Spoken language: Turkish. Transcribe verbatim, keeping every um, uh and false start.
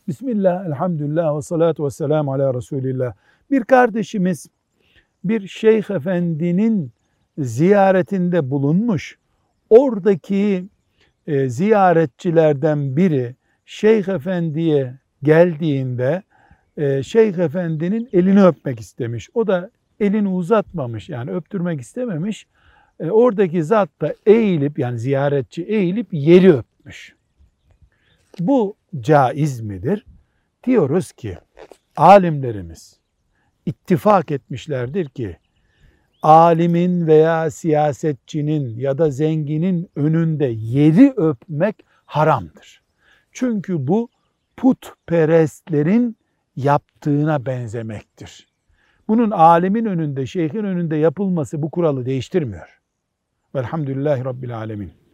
Bismillah, elhamdülillah ve salatu ve selamu ala Resulillah. Bir kardeşimiz bir şeyh efendinin ziyaretinde bulunmuş. Oradaki e, ziyaretçilerden biri şeyh efendiye geldiğinde e, şeyh efendinin elini öpmek istemiş. O da elini uzatmamış, yani öptürmek istememiş. E, oradaki zat da eğilip, yani ziyaretçi eğilip yeri öpmüş. Bu caiz midir? Diyoruz ki alimlerimiz ittifak etmişlerdir ki alimin veya siyasetçinin ya da zenginin önünde yeri öpmek haramdır. Çünkü bu putperestlerin yaptığına benzemektir. Bunun alimin önünde, şeyhin önünde yapılması bu kuralı değiştirmiyor. Velhamdülillahi Rabbil Alemin.